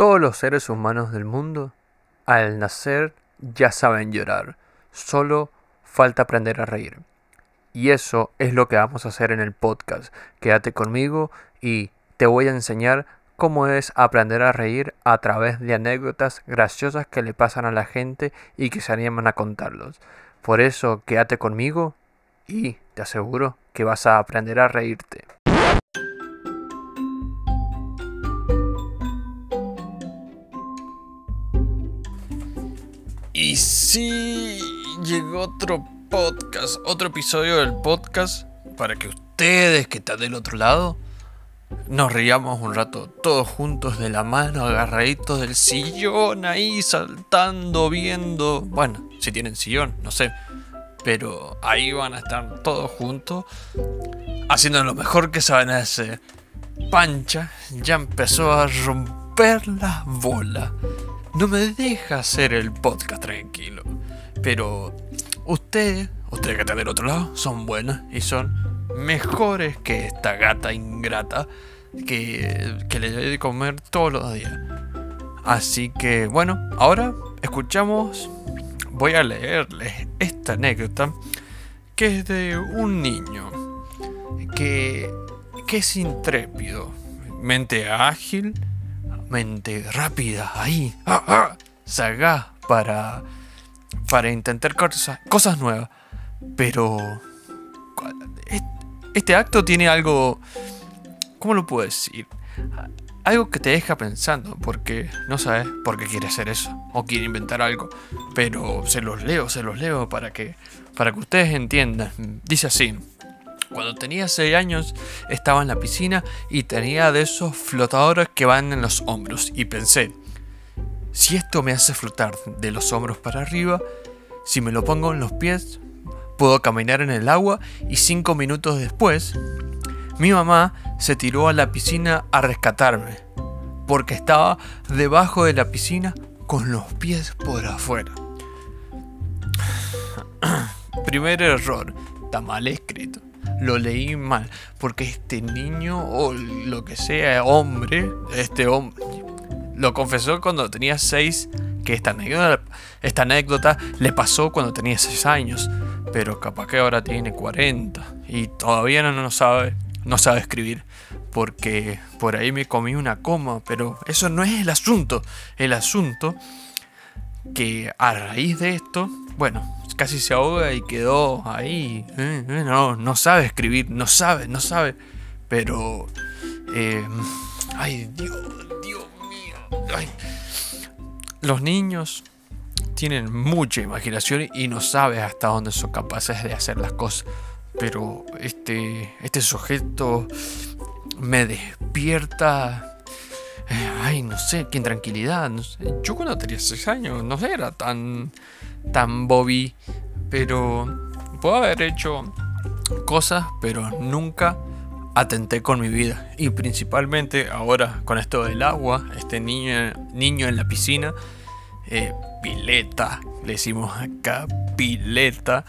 Todos los seres humanos del mundo, al nacer, ya saben llorar. Solo falta aprender a reír. Y eso es lo que vamos a hacer en el podcast. Quédate conmigo y te voy a enseñar cómo es aprender a reír a través de anécdotas graciosas que le pasan a la gente y que se animan a contarlos. Por eso, quédate conmigo y te aseguro que vas a aprender a reírte. Y sí, llegó otro podcast, otro episodio del podcast para que ustedes que están del otro lado nos riamos un rato todos juntos de la mano, agarraditos del sillón ahí, saltando, viendo. Bueno, si tienen sillón, no sé. Pero ahí van a estar todos juntos, haciendo lo mejor que saben hacer. Pancha ya empezó a romper las bolas. No me deja hacer el podcast tranquilo. Pero ustedes que están del otro lado, son buenas y son mejores que esta gata ingrata que le doy de comer todos los días. Así que bueno, ahora escuchamos. Voy a leerles esta anécdota que es de un niño que es intrépido, mente ágil, mente rápida, ahí, sagaz para intentar cosas nuevas. Pero este acto tiene algo, ¿cómo lo puedo decir? Algo que te deja pensando, porque no sabes por qué quiere hacer eso o quiere inventar algo. Pero se los leo para que ustedes entiendan. Dice así: cuando tenía 6 años estaba en la piscina y tenía de esos flotadores que van en los hombros. Y pensé, si esto me hace flotar de los hombros para arriba, si me lo pongo en los pies, puedo caminar en el agua. Y 5 minutos después, mi mamá se tiró a la piscina a rescatarme, porque estaba debajo de la piscina con los pies por afuera. Primer error, está mal escrito. Lo leí mal, porque este niño, o lo que sea, hombre, lo confesó cuando tenía 6, que esta anécdota le pasó cuando tenía 6 años, pero capaz que ahora tiene 40 y todavía no sabe escribir, porque por ahí me comí una coma. Pero eso no es el asunto. El asunto que a raíz de esto, bueno, casi se ahoga y quedó ahí. No sabe escribir, no sabe. Pero, ay, Dios mío. Ay. Los niños tienen mucha imaginación y no saben hasta dónde son capaces de hacer las cosas. Pero este sujeto me despierta, no sé, qué intranquilidad. No sé. Yo cuando tenía 6 años no era tan bobby, pero puedo haber hecho cosas, pero nunca atenté con mi vida. Y principalmente ahora con esto del agua, este niño en la piscina, pileta, le decimos acá, pileta.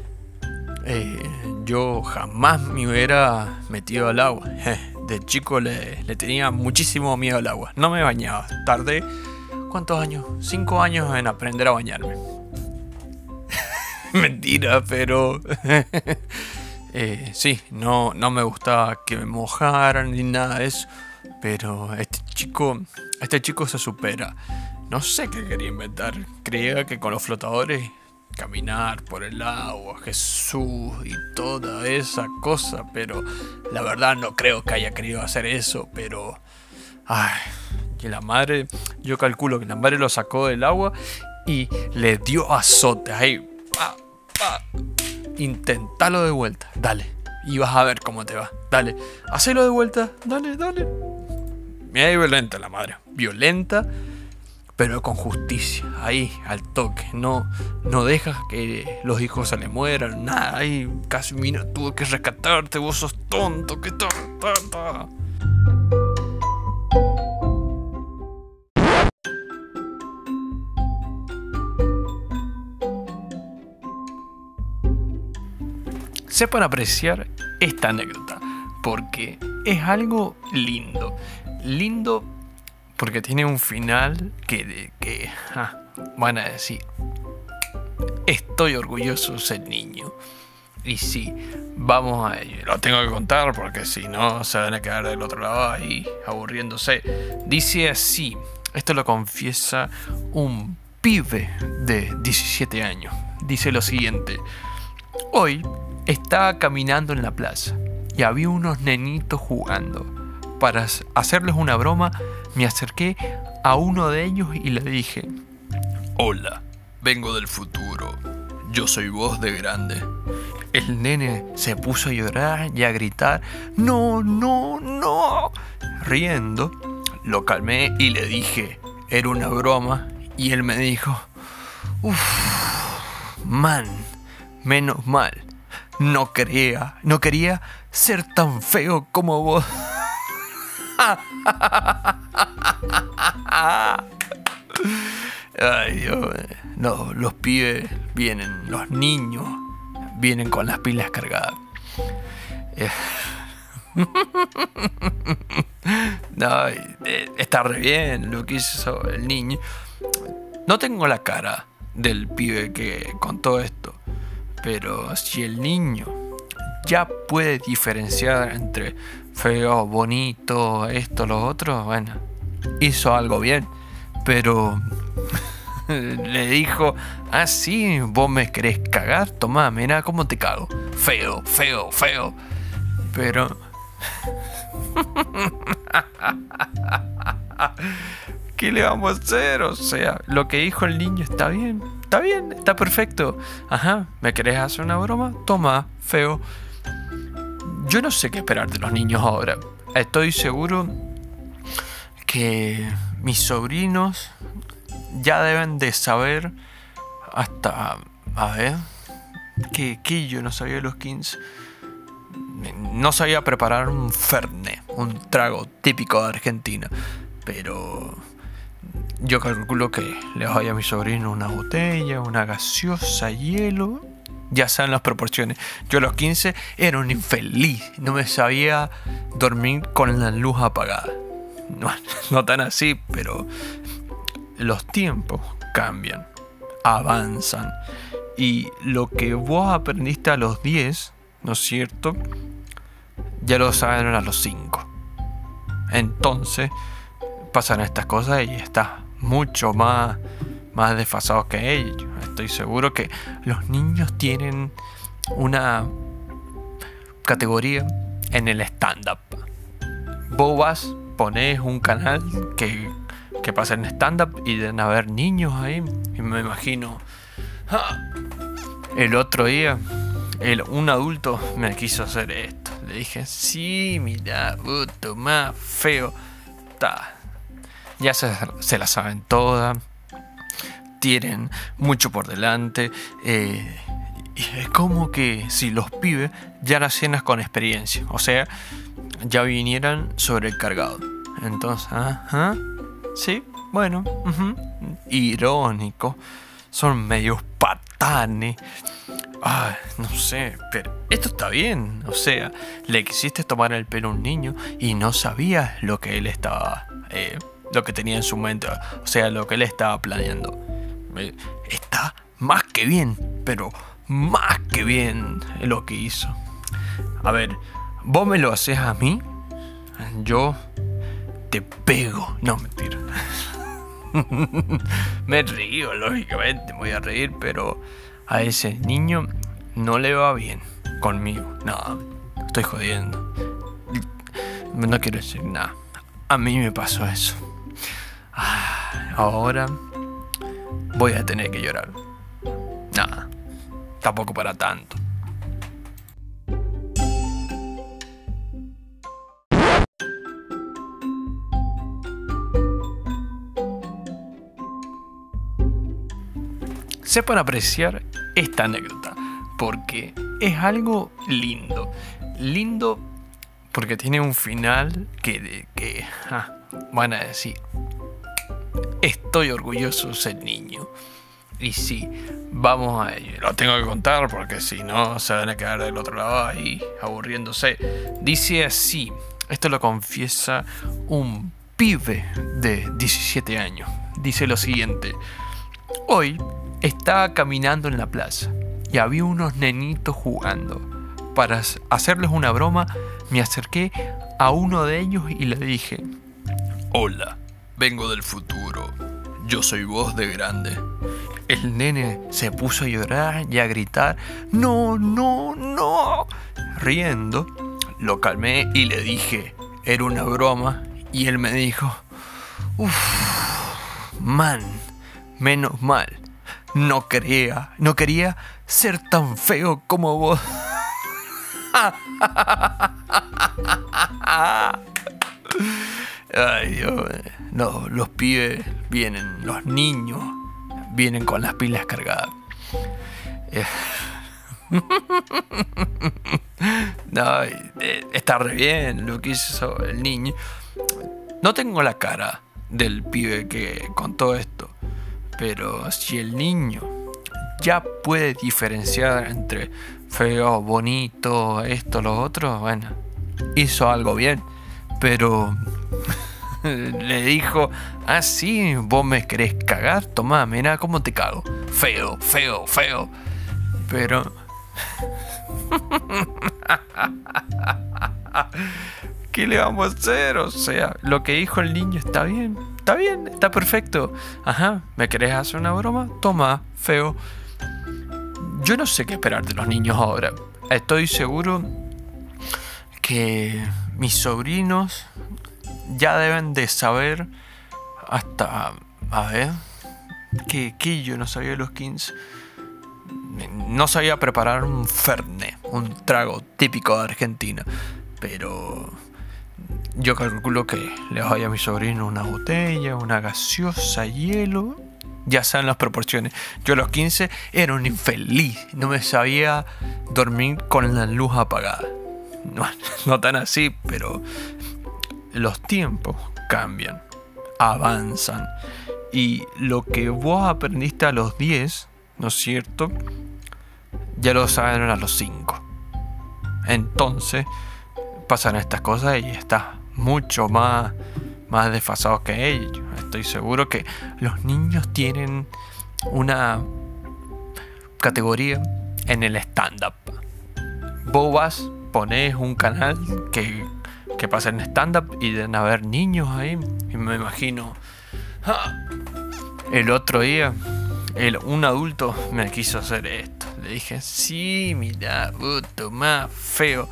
Yo jamás me hubiera metido al agua. De chico le tenía muchísimo miedo al agua. No me bañaba. Tardé, ¿cuántos años? 5 años en aprender a bañarme. Mentira, pero sí, no me gustaba que me mojaran ni nada de eso. Pero este chico se supera. No sé qué quería inventar. Creía que con los flotadores caminar por el agua, Jesús y toda esa cosa, pero la verdad no creo que haya querido hacer eso. Pero que la madre, yo calculo que la madre lo sacó del agua y le dio azotes ahí. Intentalo de vuelta, dale, y vas a ver cómo te va. Dale, hacelo de vuelta, dale. Mira, violenta la madre, violenta, pero con justicia, ahí, al toque. No dejas que los hijos se le mueran, nada. Ahí, casi mira, tuve que rescatarte, vos sos tonto, qué tonta. Sepan apreciar esta anécdota, porque es algo lindo porque tiene un final van a decir, estoy orgulloso de ser niño. Y sí, vamos a ello. Lo tengo que contar porque si no se van a quedar del otro lado ahí aburriéndose. Dice así, esto lo confiesa un pibe de 17 años. Dice lo siguiente: hoy estaba caminando en la plaza y había unos nenitos jugando. Para hacerles una broma, me acerqué a uno de ellos y le dije: hola, vengo del futuro. Yo soy vos de grande. El nene se puso a llorar y a gritar: no, no, no. Riendo, lo calmé y le dije: era una broma. Y él me dijo: uff, man, menos mal. No quería ser tan feo como vos. Ay, Dios. No, los pibes vienen, los niños vienen con las pilas cargadas. No, está re bien lo que hizo el niño. No tengo la cara del pibe que contó esto, pero si el niño ya puede diferenciar entre feo, bonito, esto, lo otro, bueno, hizo algo bien. Pero le dijo: ah, sí, vos me querés cagar, tomá, mirá cómo te cago. Feo, feo, feo. Pero ¿qué le vamos a hacer? O sea, lo que dijo el niño está bien, está perfecto. Ajá, ¿me querés hacer una broma? Toma, feo. Yo no sé qué esperar de los niños ahora. Estoy seguro que mis sobrinos ya deben de saber hasta... A ver... ¿Qué yo no sabía de los 15? No sabía preparar un Fernet, un trago típico de Argentina. Pero... yo calculo que les doy a mis sobrinos una botella, una gaseosa, hielo... Ya saben las proporciones. Yo a los 15 era un infeliz. No me sabía dormir con la luz apagada. No tan así, pero los tiempos cambian, avanzan. Y lo que vos aprendiste a los 10, ¿no es cierto?, ya lo saben a los 5. Entonces pasan estas cosas y estás mucho más desfasado que ellos. Estoy seguro que los niños tienen una categoría en el stand-up. Vos vas, ponés un canal que pasa en stand-up y deben haber niños ahí. Y me imagino... El otro día un adulto me quiso hacer esto. Le dije: sí, mira, tomá, feo. Ya se la saben todas. Tienen mucho por delante. Es como que si los pibes ya nacieran con experiencia. O sea, ya vinieran sobrecargados. Entonces, sí, bueno, irónico. Son medios patanes. No sé, pero esto está bien. O sea, le quisiste tomar el pelo a un niño y no sabías lo que él estaba... lo que tenía en su mente. O sea, lo que él estaba planeando. Está más que bien, pero más que bien lo que hizo. A ver, vos me lo haces a mí, yo te pego. No, mentira. Me río, lógicamente, me voy a reír, pero a ese niño no le va bien conmigo. No, estoy jodiendo. No quiero decir nada. A mí me pasó eso. Ahora voy a tener que llorar. Nada, tampoco para tanto. Sepan apreciar esta anécdota, porque es algo lindo. Lindo porque tiene un final que van a decir: estoy orgulloso de ser niño. Y sí, vamos a ello. Lo tengo que contar porque si no se van a quedar del otro lado ahí aburriéndose. Dice así, esto lo confiesa un pibe de 17 años. Dice lo siguiente: hoy estaba caminando en la plaza y había unos nenitos jugando. Para hacerles una broma, me acerqué a uno de ellos y le dije: hola, vengo del futuro. Yo soy vos de grande. El nene se puso a llorar y a gritar: no, no, no. Riendo, lo calmé y le dije: era una broma. Y él me dijo: uff, man, menos mal. No quería ser tan feo como vos. Ay, Dios. No, los pibes vienen, los niños vienen con las pilas cargadas. No, está re bien lo que hizo el niño. No tengo la cara del pibe que contó esto, pero si el niño ya puede diferenciar entre feo, bonito, esto, lo otro, bueno, hizo algo bien. Pero le dijo: ah, sí, vos me querés cagar, tomá, mirá cómo te cago. Feo, feo, feo. Pero ¿qué le vamos a hacer? O sea, lo que dijo el niño está bien, está perfecto. Ajá, ¿me querés hacer una broma? Toma, feo. Yo no sé qué esperar de los niños ahora. Estoy seguro que mis sobrinos ya deben de saber hasta... A ver... que yo no sabía de los 15. No sabía preparar un Fernet, un trago típico de Argentina. Pero yo calculo que le doy a mi sobrino una botella, una gaseosa, hielo. Ya saben las proporciones. Yo a los 15 era un infeliz. No me sabía dormir con la luz apagada. No tan así, pero los tiempos cambian, avanzan. Y lo que vos aprendiste a los 10, ¿no es cierto?, ya lo saben a los 5. Entonces pasan estas cosas y estás mucho más desfasado que ellos. Estoy seguro que los niños tienen una categoría en el stand-up. Vos vas, ponés un canal que pasa en stand-up y deben haber niños ahí. Y me imagino... El otro día, un adulto me quiso hacer esto. Le dije: sí, mira, puto, más feo.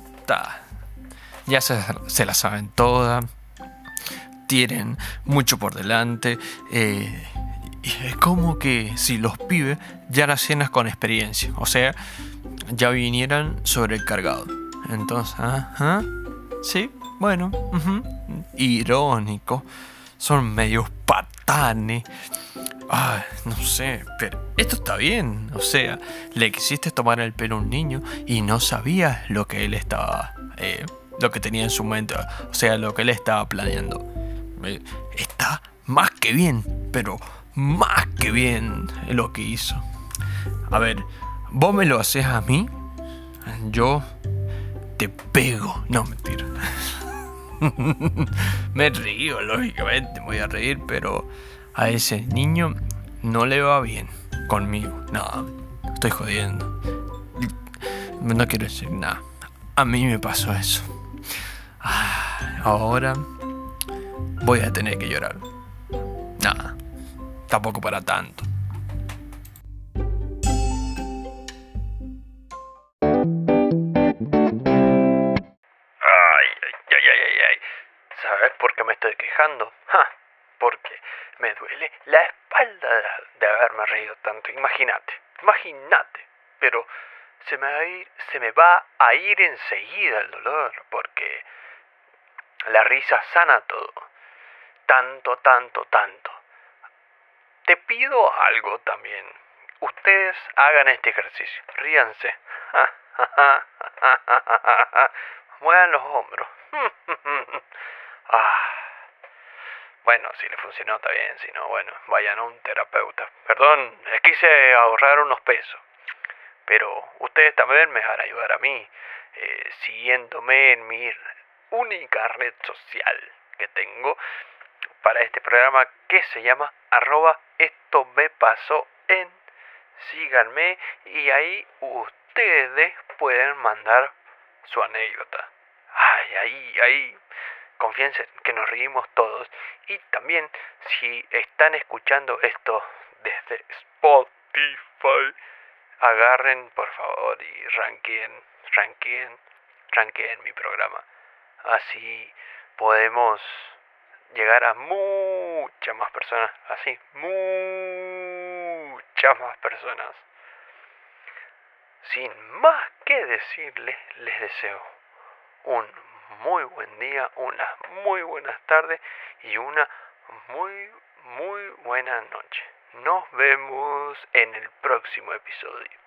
Ya se la saben todas. Tienen mucho por delante. Y es como que si los pibes ya nacieran con experiencia. O sea, ya vinieran sobrecargados. Entonces, sí, bueno, irónico. Son medios patanes. No sé, pero esto está bien. O sea, le quisiste tomar el pelo a un niño y no sabías lo que él estaba... lo que tenía en su mente. O sea, lo que él estaba planeando. Está más que bien, pero más que bien lo que hizo. A ver, vos me lo haces a mí, yo te pego. No, mentira. Me río, lógicamente, me voy a reír, pero a ese niño no le va bien conmigo. No, estoy jodiendo. No quiero decir nada. A mí me pasó eso. Ahora voy a tener que llorar. Nada, tampoco para tanto. ¿Sabes por qué me estoy quejando? Porque me duele la espalda de haberme reído tanto. Imagínate. Pero se me va a ir enseguida el dolor, porque la risa sana todo. Tanto. Te pido algo también. Ustedes hagan este ejercicio. Ríanse. Muevan los hombros. Bueno, si le funcionó está bien, si no, bueno, vayan a un terapeuta. Perdón, les quise ahorrar unos pesos. Pero ustedes también me van a ayudar a mí, siguiéndome en mi única red social, que tengo para este programa que se llama @esto me pasó en. Síganme y ahí ustedes pueden mandar su anécdota. Ay, ahí, confíense que nos reímos todos. Y también, si están escuchando esto desde Spotify, agarren por favor y ranqueen mi programa. Así podemos llegar a muchas más personas. Así, muchas más personas. Sin más que decirles, les deseo un muy buen día, unas muy buenas tardes y una muy buena noche. Nos vemos en el próximo episodio.